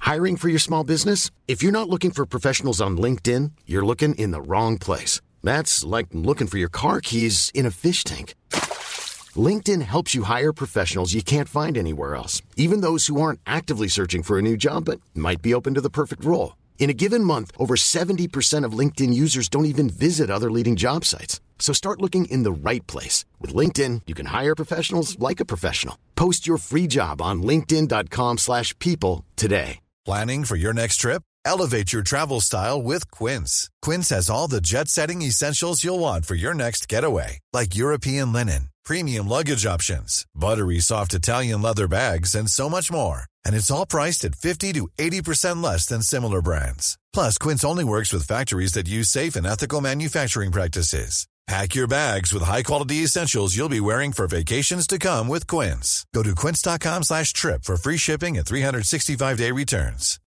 Hiring for your small business? If you're not looking for professionals on LinkedIn, you're looking in the wrong place. That's like looking for your car keys in a fish tank. LinkedIn helps you hire professionals you can't find anywhere else, even those who aren't actively searching for a new job but might be open to the perfect role. In a given month, over 70% of LinkedIn users don't even visit other leading job sites. So start looking in the right place. With LinkedIn, you can hire professionals like a professional. Post your free job on linkedin.com/people today. Planning for your next trip? Elevate your travel style with Quince. Quince has all the jet-setting essentials you'll want for your next getaway, like European linen, premium luggage options, buttery soft Italian leather bags, and so much more. And it's all priced at 50 to 80% less than similar brands. Plus, Quince only works with factories that use safe and ethical manufacturing practices. Pack your bags with high-quality essentials you'll be wearing for vacations to come with Quince. Go to quince.com/trip for free shipping and 365-day returns.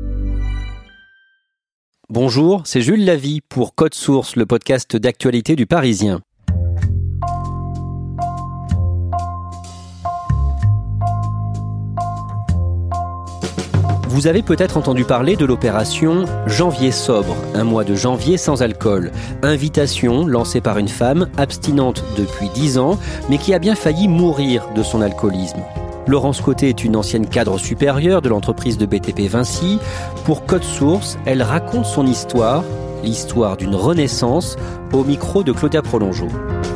Bonjour, c'est Jules Lavie pour Code Source, le podcast d'actualité du Parisien. Vous avez peut-être entendu parler de l'opération Janvier sobre, un mois de janvier sans alcool. Invitation lancée par une femme abstinente depuis 10 ans, mais qui a bien failli mourir de son alcoolisme. Laurence Côté est une ancienne cadre supérieure de l'entreprise de BTP Vinci. Pour Code Source, elle raconte son histoire, l'histoire d'une renaissance, au micro de Claudia Prolongeau.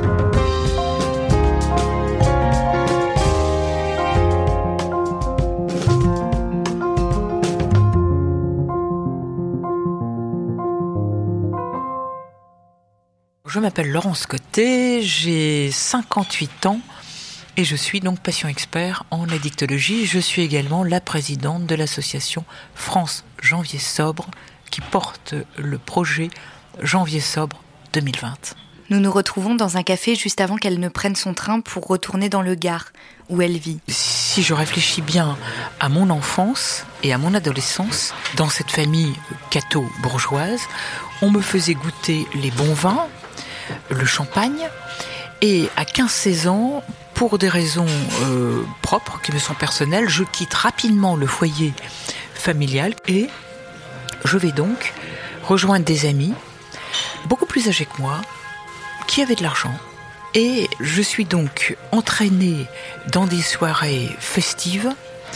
Je m'appelle Laurence Côté, j'ai 58 ans et je suis donc patient expert en addictologie. Je suis également la présidente de l'association France Janvier Sobre qui porte le projet Janvier Sobre 2020. Nous nous retrouvons dans un café juste avant qu'elle ne prenne son train pour retourner dans le Gard, où elle vit. Si je réfléchis bien à mon enfance et à mon adolescence, dans cette famille catho-bourgeoise, on me faisait goûter les bons vins, le champagne, et à 15-16 ans, pour des raisons propres, qui me sont personnelles, je quitte rapidement le foyer familial et je vais donc rejoindre des amis beaucoup plus âgés que moi, qui avaient de l'argent. Et je suis donc entraînée dans des soirées festives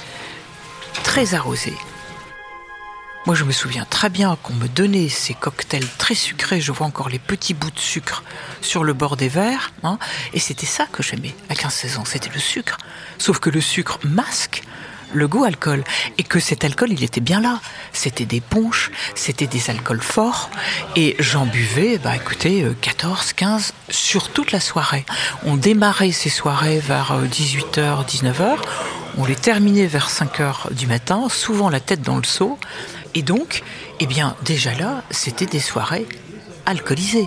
très arrosées. Moi, je me souviens très bien qu'on me donnait ces cocktails très sucrés. Je vois encore les petits bouts de sucre sur le bord des verres. Et c'était ça que j'aimais à 15-16 ans, c'était le sucre. Sauf que le sucre masque le goût alcool. Et que cet alcool, il était bien là. C'était des punchs, c'était des alcools forts. Et j'en buvais, 14, 15, sur toute la soirée. On démarrait ces soirées vers 18h, 19h. On les terminait vers 5h du matin, souvent la tête dans le seau. Et donc, déjà là, c'était des soirées alcoolisées.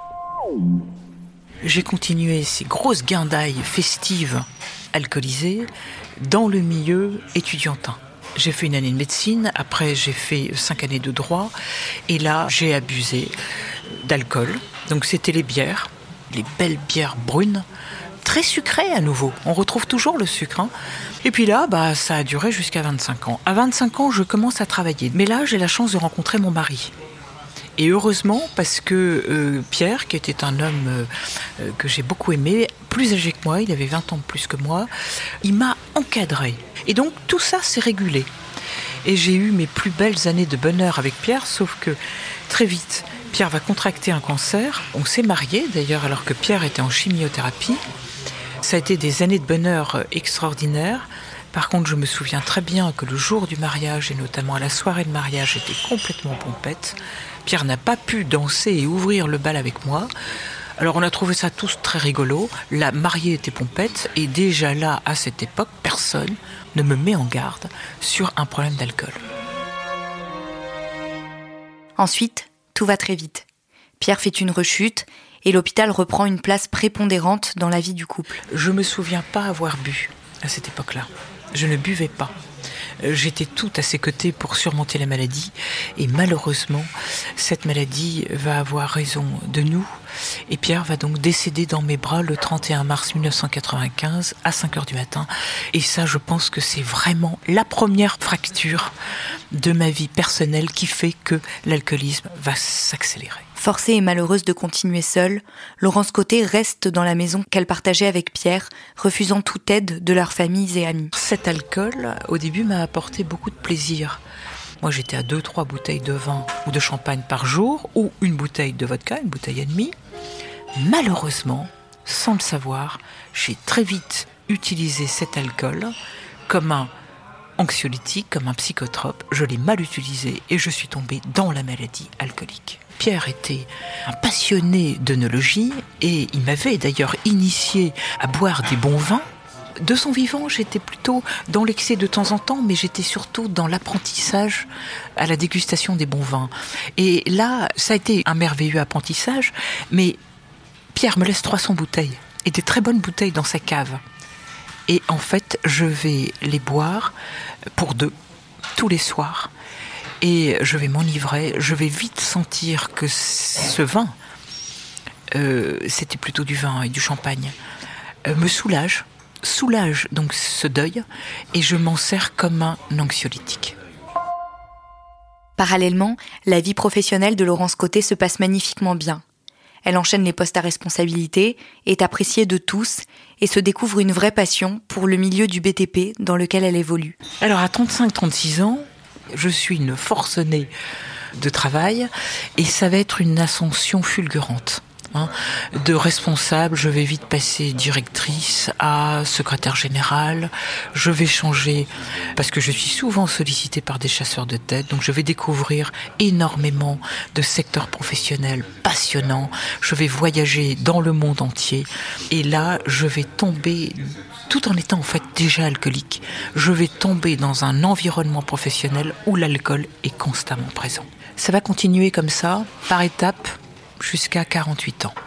J'ai continué ces grosses guindailles festives alcoolisées dans le milieu étudiantin. J'ai fait une année de médecine, après j'ai fait 5 années de droit, et là j'ai abusé d'alcool. Donc c'était les bières, les belles bières brunes, très sucrées à nouveau. On retrouve toujours le sucre. Et puis là, ça a duré jusqu'à 25 ans. À 25 ans, je commence à travailler. Mais là, j'ai la chance de rencontrer mon mari. Et heureusement, parce que Pierre, qui était un homme que j'ai beaucoup aimé, plus âgé que moi, il avait 20 ans de plus que moi, il m'a encadrée. Et donc, tout ça s'est régulé. Et j'ai eu mes plus belles années de bonheur avec Pierre, sauf que très vite, Pierre va contracter un cancer. On s'est mariés, d'ailleurs, alors que Pierre était en chimiothérapie. Ça a été des années de bonheur extraordinaires. Par contre, je me souviens très bien que le jour du mariage, et notamment à la soirée de mariage, j'étais complètement pompette. Pierre n'a pas pu danser et ouvrir le bal avec moi. Alors on a trouvé ça tous très rigolo. La mariée était pompette et déjà là, à cette époque, personne ne me met en garde sur un problème d'alcool. Ensuite, tout va très vite. Pierre fait une rechute et l'hôpital reprend une place prépondérante dans la vie du couple. Je me souviens pas avoir bu à cette époque-là. Je ne buvais pas. J'étais tout à ses côtés pour surmonter la maladie. Et malheureusement, cette maladie va avoir raison de nous. Et Pierre va donc décéder dans mes bras le 31 mars 1995 à 5h du matin. Et ça, je pense que c'est vraiment la première fracture de ma vie personnelle qui fait que l'alcoolisme va s'accélérer. Forcée et malheureuse de continuer seule, Laurence Côté reste dans la maison qu'elle partageait avec Pierre, refusant toute aide de leurs familles et amis. Cet alcool, au début, m'a apporté beaucoup de plaisir. Moi, j'étais à 2-3 bouteilles de vin ou de champagne par jour, ou une bouteille de vodka, une bouteille et demie. Malheureusement, sans le savoir, j'ai très vite utilisé cet alcool comme un anxiolytique, comme un psychotrope. Je l'ai mal utilisé et je suis tombée dans la maladie alcoolique. Pierre était un passionné d'œnologie et il m'avait d'ailleurs initié à boire des bons vins. De son vivant, j'étais plutôt dans l'excès de temps en temps, mais j'étais surtout dans l'apprentissage à la dégustation des bons vins. Et là, ça a été un merveilleux apprentissage, mais Pierre me laisse 300 bouteilles, et des très bonnes bouteilles dans sa cave. Et en fait, je vais les boire pour 2, tous les soirs. Et je vais m'enivrer, je vais vite sentir que ce vin, c'était plutôt du vin et du champagne, me soulage donc ce deuil, et je m'en sers comme un anxiolytique. Parallèlement, la vie professionnelle de Laurence Côté se passe magnifiquement bien. Elle enchaîne les postes à responsabilité, est appréciée de tous et se découvre une vraie passion pour le milieu du BTP dans lequel elle évolue. Alors à 35-36 ans, je suis une forcenée de travail et ça va être une ascension fulgurante. De responsable, je vais vite passer directrice à secrétaire générale. Je vais changer parce que je suis souvent sollicitée par des chasseurs de tête. Donc je vais découvrir énormément de secteurs professionnels passionnants. Je vais voyager dans le monde entier. Et là, je vais tomber, tout en étant en fait déjà alcoolique, je vais tomber dans un environnement professionnel où l'alcool est constamment présent. Ça va continuer comme ça, par étapes, jusqu'à 48 ans.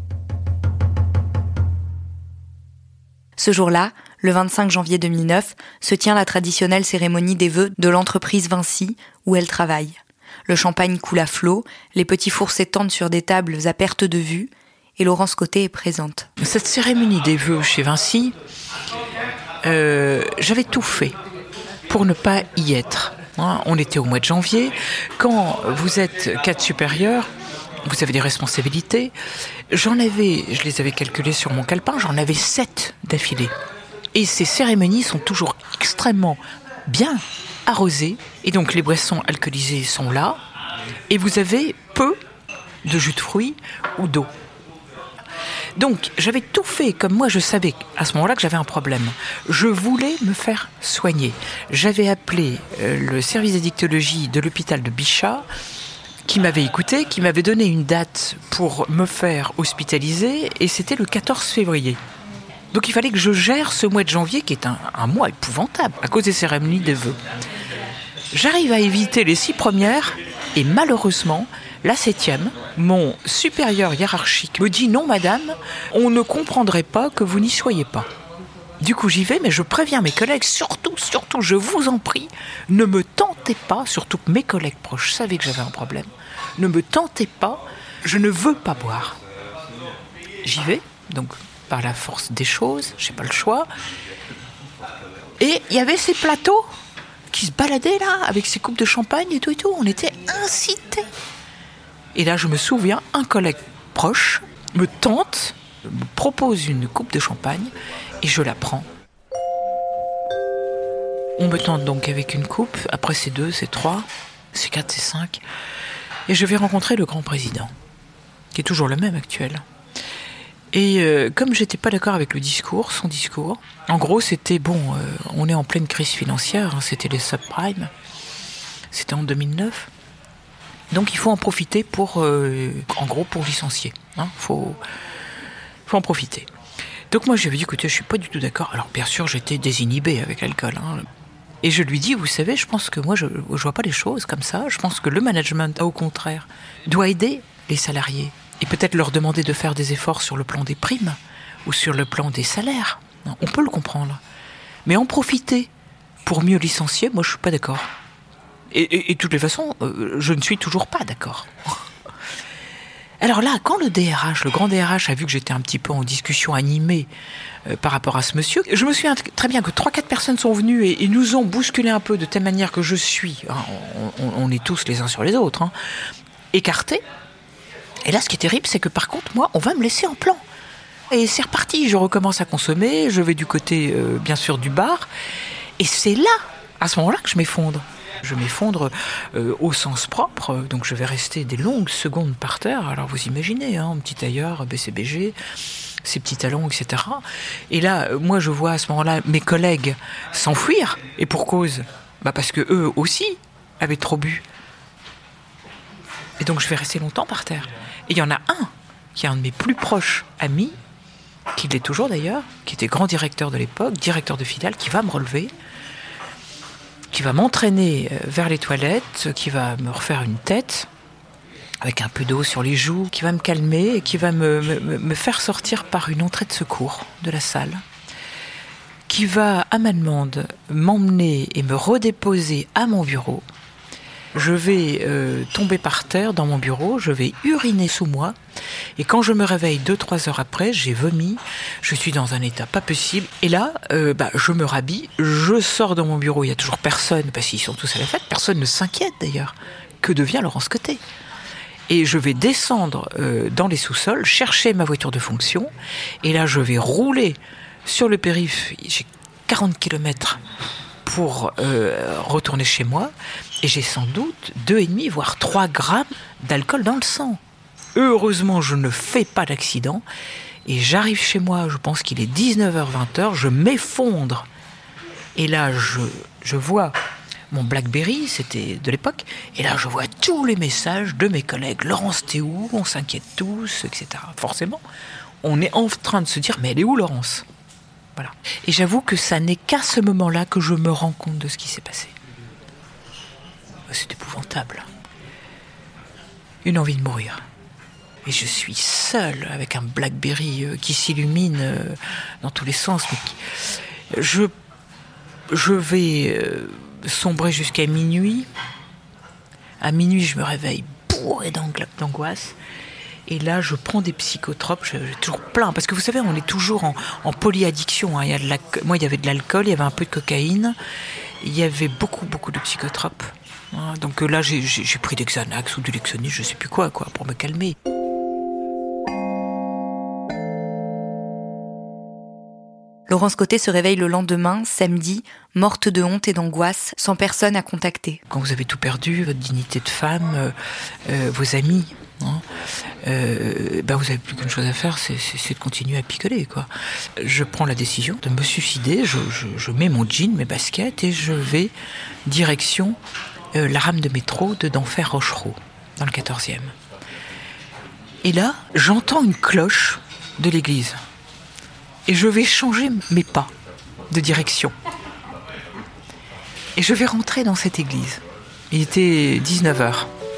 Ce jour-là, le 25 janvier 2009, se tient la traditionnelle cérémonie des vœux de l'entreprise Vinci où elle travaille. Le champagne coule à flot, les petits fours s'étendent sur des tables à perte de vue et Laurence Côté est présente. Cette cérémonie des vœux chez Vinci, j'avais tout fait pour ne pas y être. On était au mois de janvier. Quand vous êtes cadre supérieur, vous avez des responsabilités. Je les avais calculées sur mon calepin, j'en avais 7 d'affilée. Et ces cérémonies sont toujours extrêmement bien arrosées. Et donc les boissons alcoolisées sont là. Et vous avez peu de jus de fruits ou d'eau. Donc j'avais tout fait comme moi je savais à ce moment-là que j'avais un problème. Je voulais me faire soigner. J'avais appelé le service d'addictologie de l'hôpital de Bichat, qui m'avait écouté, qui m'avait donné une date pour me faire hospitaliser, et c'était le 14 février. Donc il fallait que je gère ce mois de janvier, qui est un mois épouvantable, à cause des cérémonies des vœux. J'arrive à éviter les 6 premières, et malheureusement, la 7e, mon supérieur hiérarchique me dit « Non, madame, on ne comprendrait pas que vous n'y soyez pas ». Du coup, j'y vais, mais je préviens mes collègues, surtout, je vous en prie, ne me tentez pas, surtout que mes collègues proches savaient que j'avais un problème, ne me tentez pas, je ne veux pas boire. J'y vais, donc par la force des choses, j'ai pas le choix. Et il y avait ces plateaux qui se baladaient là, avec ces coupes de champagne et tout, on était incités. Et là, je me souviens, un collègue proche me tente, me propose une coupe de champagne, et je la prends. On me tente donc avec une coupe, après c'est 2, c'est 3, c'est 4, c'est 5. Et je vais rencontrer le grand président, qui est toujours le même actuel. Et comme j'étais pas d'accord avec son discours, en gros c'était on est en pleine crise financière, c'était les subprimes, c'était en 2009. Donc il faut en profiter pour licencier. Faut en profiter. Donc moi, je lui ai dit, écoutez, je suis pas du tout d'accord. Alors bien sûr, j'étais désinhibée avec l'alcool. Et je lui dis, vous savez, je pense que moi, je vois pas les choses comme ça. Je pense que le management, au contraire, doit aider les salariés. Et peut-être leur demander de faire des efforts sur le plan des primes ou sur le plan des salaires. On peut le comprendre. Mais en profiter pour mieux licencier, moi je suis pas d'accord. Et de toutes les façons, je ne suis toujours pas d'accord. Alors là, quand le DRH, le grand DRH, a vu que j'étais un petit peu en discussion animée par rapport à ce monsieur, je me souviens très bien que 3-4 personnes sont venues et nous ont bousculé un peu de telle manière que je suis, hein, on est tous les uns sur les autres, hein, écartés. Et là, ce qui est terrible, c'est que par contre, moi, on va me laisser en plan. Et c'est reparti, je recommence à consommer, je vais du côté, bien sûr, du bar. Et c'est là, à ce moment-là, que je m'effondre. Je m'effondre au sens propre, donc je vais rester des longues secondes par terre. Alors vous imaginez, hein, un petit tailleur, BCBG, ses petits talons, etc. Et là, moi je vois à ce moment-là mes collègues s'enfuir, et pour cause, parce que eux aussi avaient trop bu. Et donc je vais rester longtemps par terre. Et il y en a un, qui est un de mes plus proches amis, qui l'est toujours d'ailleurs, qui était grand directeur de l'époque, directeur de filiale, qui va me relever, qui va m'entraîner vers les toilettes, qui va me refaire une tête, avec un peu d'eau sur les joues, qui va me calmer et qui va me faire sortir par une entrée de secours de la salle, qui va, à ma demande, m'emmener et me redéposer à mon bureau. Je vais tomber par terre dans mon bureau, je vais uriner sous moi, et quand je me réveille 2-3 heures après, j'ai vomi, je suis dans un état pas possible, et là, je me rhabille, je sors dans mon bureau, il n'y a toujours personne, parce qu'ils sont tous à la fête, personne ne s'inquiète d'ailleurs. Que devient Laurence Côté ? Et je vais descendre dans les sous-sols, chercher ma voiture de fonction, et là je vais rouler sur le périph', j'ai 40 km pour retourner chez moi, et j'ai sans doute 2,5 voire 3 grammes d'alcool dans le sang. Heureusement, je ne fais pas d'accident, et j'arrive chez moi, je pense qu'il est 19h-20h, je m'effondre. Et là, je vois mon BlackBerry, c'était de l'époque, et là, je vois tous les messages de mes collègues. Laurence, t'es où ? On s'inquiète tous, etc. Forcément, on est en train de se dire, mais elle est où, Laurence ? Voilà. Et j'avoue que ça n'est qu'à ce moment-là que je me rends compte de ce qui s'est passé. C'est épouvantable. Une envie de mourir. Et je suis seule avec un BlackBerry qui s'illumine dans tous les sens. Mais je vais sombrer jusqu'à minuit. À minuit, je me réveille bourrée d'angoisse. Et là, je prends des psychotropes, j'ai toujours plein. Parce que vous savez, on est toujours en polyaddiction. Hein. Moi, il y avait de l'alcool, il y avait un peu de cocaïne. Il y avait beaucoup, beaucoup de psychotropes. Hein. Donc là, j'ai pris des Xanax ou du Lexonis, je ne sais plus quoi, pour me calmer. Laurence Côté se réveille le lendemain, samedi, morte de honte et d'angoisse, sans personne à contacter. Quand vous avez tout perdu, votre dignité de femme, vos amis, hein, vous n'avez plus qu'une chose à faire, c'est de continuer à picoler, quoi. Je prends la décision de me suicider, je mets mon jean, mes baskets, et je vais direction la rame de métro de d'Enfer Rochereau, dans le 14e. Et là, j'entends une cloche de l'église. Et je vais changer mes pas de direction. Et je vais rentrer dans cette église. Il était 19h.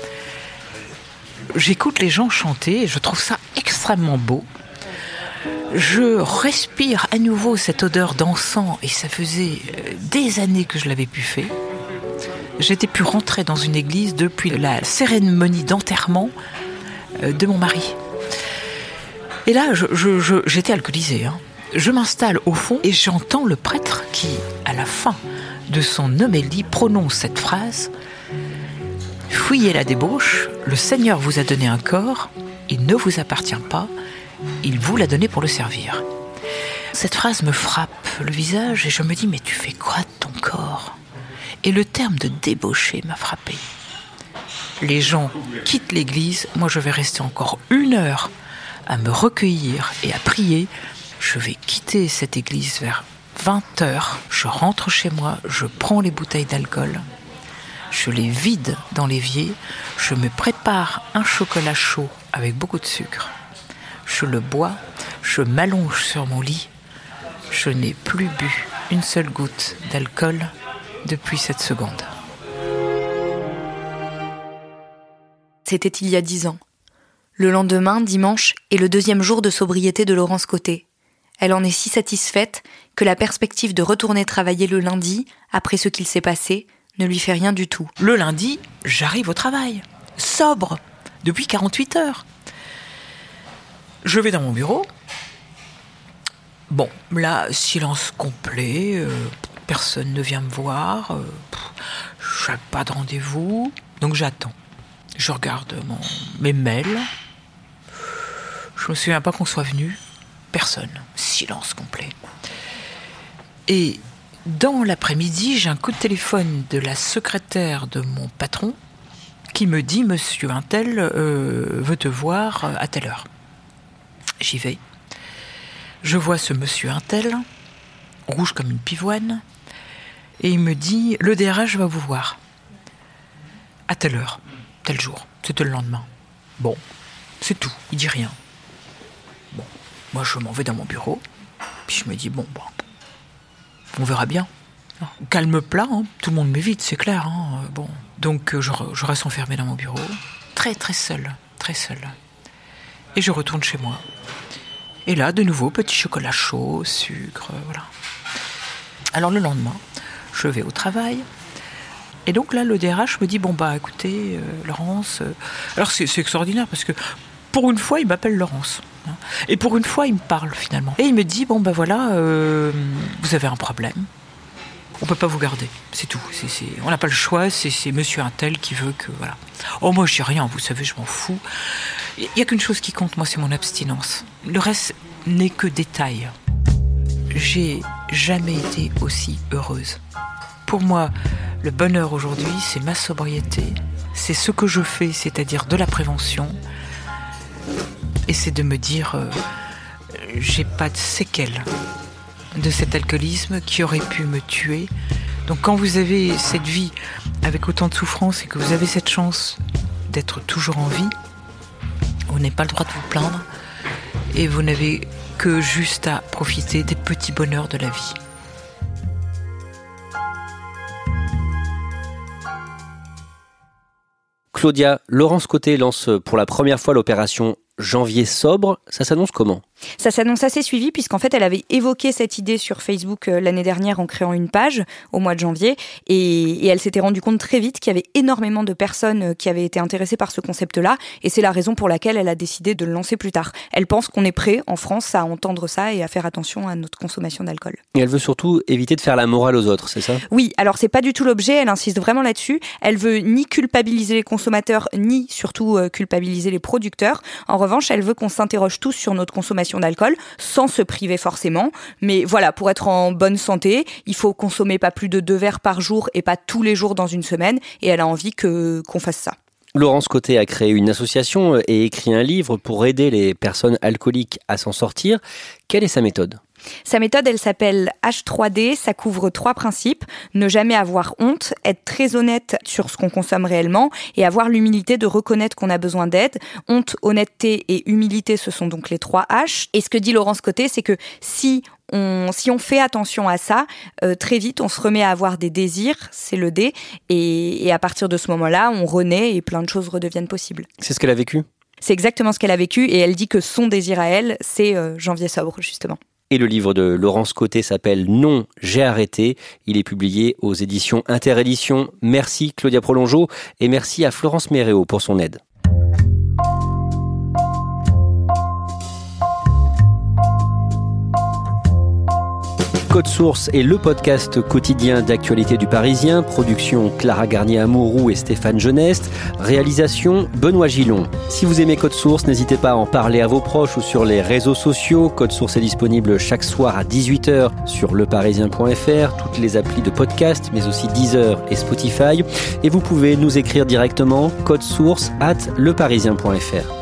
J'écoute les gens chanter et je trouve ça extrêmement beau. Je respire à nouveau cette odeur d'encens et ça faisait des années que je l'avais plus fait. J'étais pu rentrer dans une église depuis la cérémonie d'enterrement de mon mari. Et là, j'étais alcoolisée, hein. Je m'installe au fond et j'entends le prêtre qui, à la fin de son homélie, prononce cette phrase « Fuyez la débauche, le Seigneur vous a donné un corps, il ne vous appartient pas, il vous l'a donné pour le servir. » Cette phrase me frappe le visage et je me dis « Mais tu fais quoi de ton corps ?» Et le terme de débaucher m'a frappé. Les gens quittent l'église, moi je vais rester encore 1 heure à me recueillir et à prier. Je vais quitter cette église vers 20h, je rentre chez moi, je prends les bouteilles d'alcool, je les vide dans l'évier, je me prépare un chocolat chaud avec beaucoup de sucre, je le bois, je m'allonge sur mon lit, je n'ai plus bu une seule goutte d'alcool depuis cette seconde. C'était il y a 10 ans. Le lendemain, dimanche, est le 2e jour de sobriété de Laurence Côté. Elle en est si satisfaite que la perspective de retourner travailler le lundi, après ce qu'il s'est passé, ne lui fait rien du tout. Le lundi, j'arrive au travail, sobre, depuis 48 heures. Je vais dans mon bureau. Bon, là, silence complet, personne ne vient me voir, je n'ai pas de rendez-vous, donc j'attends. Je regarde mes mails, je me souviens pas qu'on soit venu, personne, silence complet. Et dans l'après-midi, j'ai un coup de téléphone de la secrétaire de mon patron qui me dit « Monsieur Untel veut te voir à telle heure ». J'y vais. Je vois ce monsieur Untel, rouge comme une pivoine, et il me dit « Le DRH va vous voir. À telle heure, tel jour. » C'était le lendemain. Bon, c'est tout, il dit rien. Bon, moi je m'en vais dans mon bureau, puis je me dis « Bon, on verra bien. » Calme plat, hein, tout le monde m'évite, c'est clair. Hein, bon. Donc je reste enfermée dans mon bureau, très très seule, très seule. Et je retourne chez moi. Et là, de nouveau, petit chocolat chaud, sucre, voilà. Alors le lendemain, je vais au travail. Et donc là, le DRH me dit, écoutez, Laurence... Alors c'est extraordinaire parce que pour une fois, il m'appelle Laurence. Hein, et pour une fois, il me parle finalement. Et il me dit, voilà, vous avez un problème. On peut pas vous garder, c'est tout. On n'a pas le choix, c'est monsieur Untel qui veut que... Voilà. Oh, moi, je dis rien, vous savez, je m'en fous. Il n'y a qu'une chose qui compte, moi, c'est mon abstinence. Le reste n'est que détail. J'ai jamais été aussi heureuse. Pour moi, le bonheur aujourd'hui, c'est ma sobriété. C'est ce que je fais, c'est-à-dire de la prévention. Et c'est de me dire, j'ai pas de séquelles de cet alcoolisme qui aurait pu me tuer. Donc quand vous avez cette vie avec autant de souffrance et que vous avez cette chance d'être toujours en vie, vous n'avez pas le droit de vous plaindre et vous n'avez que juste à profiter des petits bonheurs de la vie. Claudia, Laurence Côté lance pour la première fois l'opération Janvier sobre. Ça s'annonce comment ? Ça s'annonce assez suivi puisqu'en fait elle avait évoqué cette idée sur Facebook l'année dernière en créant une page au mois de janvier et elle s'était rendue compte très vite qu'il y avait énormément de personnes qui avaient été intéressées par ce concept-là et c'est la raison pour laquelle elle a décidé de le lancer plus tard. Elle pense qu'on est prêt en France à entendre ça et à faire attention à notre consommation d'alcool. Et elle veut surtout éviter de faire la morale aux autres, c'est ça ? Oui, alors c'est pas du tout l'objet, elle insiste vraiment là-dessus. Elle veut ni culpabiliser les consommateurs ni surtout culpabiliser les producteurs. En revanche, elle veut qu'on s'interroge tous sur notre consommation d'alcool, sans se priver forcément. Mais voilà, pour être en bonne santé, il faut consommer pas plus de 2 verres par jour et pas tous les jours dans une semaine. Et elle a envie qu'on fasse ça. Laurence Côté a créé une association et écrit un livre pour aider les personnes alcooliques à s'en sortir. Quelle est sa méthode ? Sa méthode, elle s'appelle H3D, ça couvre 3 principes. Ne jamais avoir honte, être très honnête sur ce qu'on consomme réellement et avoir l'humilité de reconnaître qu'on a besoin d'aide. Honte, honnêteté et humilité, ce sont donc les 3 H. Et ce que dit Laurence Côté, c'est que si on fait attention à ça, très vite, on se remet à avoir des désirs, c'est le D, et à partir de ce moment-là, on renaît et plein de choses redeviennent possibles. C'est ce qu'elle a vécu ? C'est exactement ce qu'elle a vécu et elle dit que son désir à elle, c'est Janvier sobre, justement. Et le livre de Laurence Côté s'appelle « Non, j'ai arrêté ». Il est publié aux éditions Interéditions. Merci Claudia Prolongeau et merci à Florence Méréo pour son aide. Code Source est le podcast quotidien d'actualité du Parisien. Production Clara Garnier-Amouroux et Stéphane Geneste. Réalisation Benoît Gillon. Si vous aimez Code Source, n'hésitez pas à en parler à vos proches ou sur les réseaux sociaux. Code Source est disponible chaque soir à 18h sur leparisien.fr, toutes les applis de podcast, mais aussi Deezer et Spotify. Et vous pouvez nous écrire directement codesource@leparisien.fr.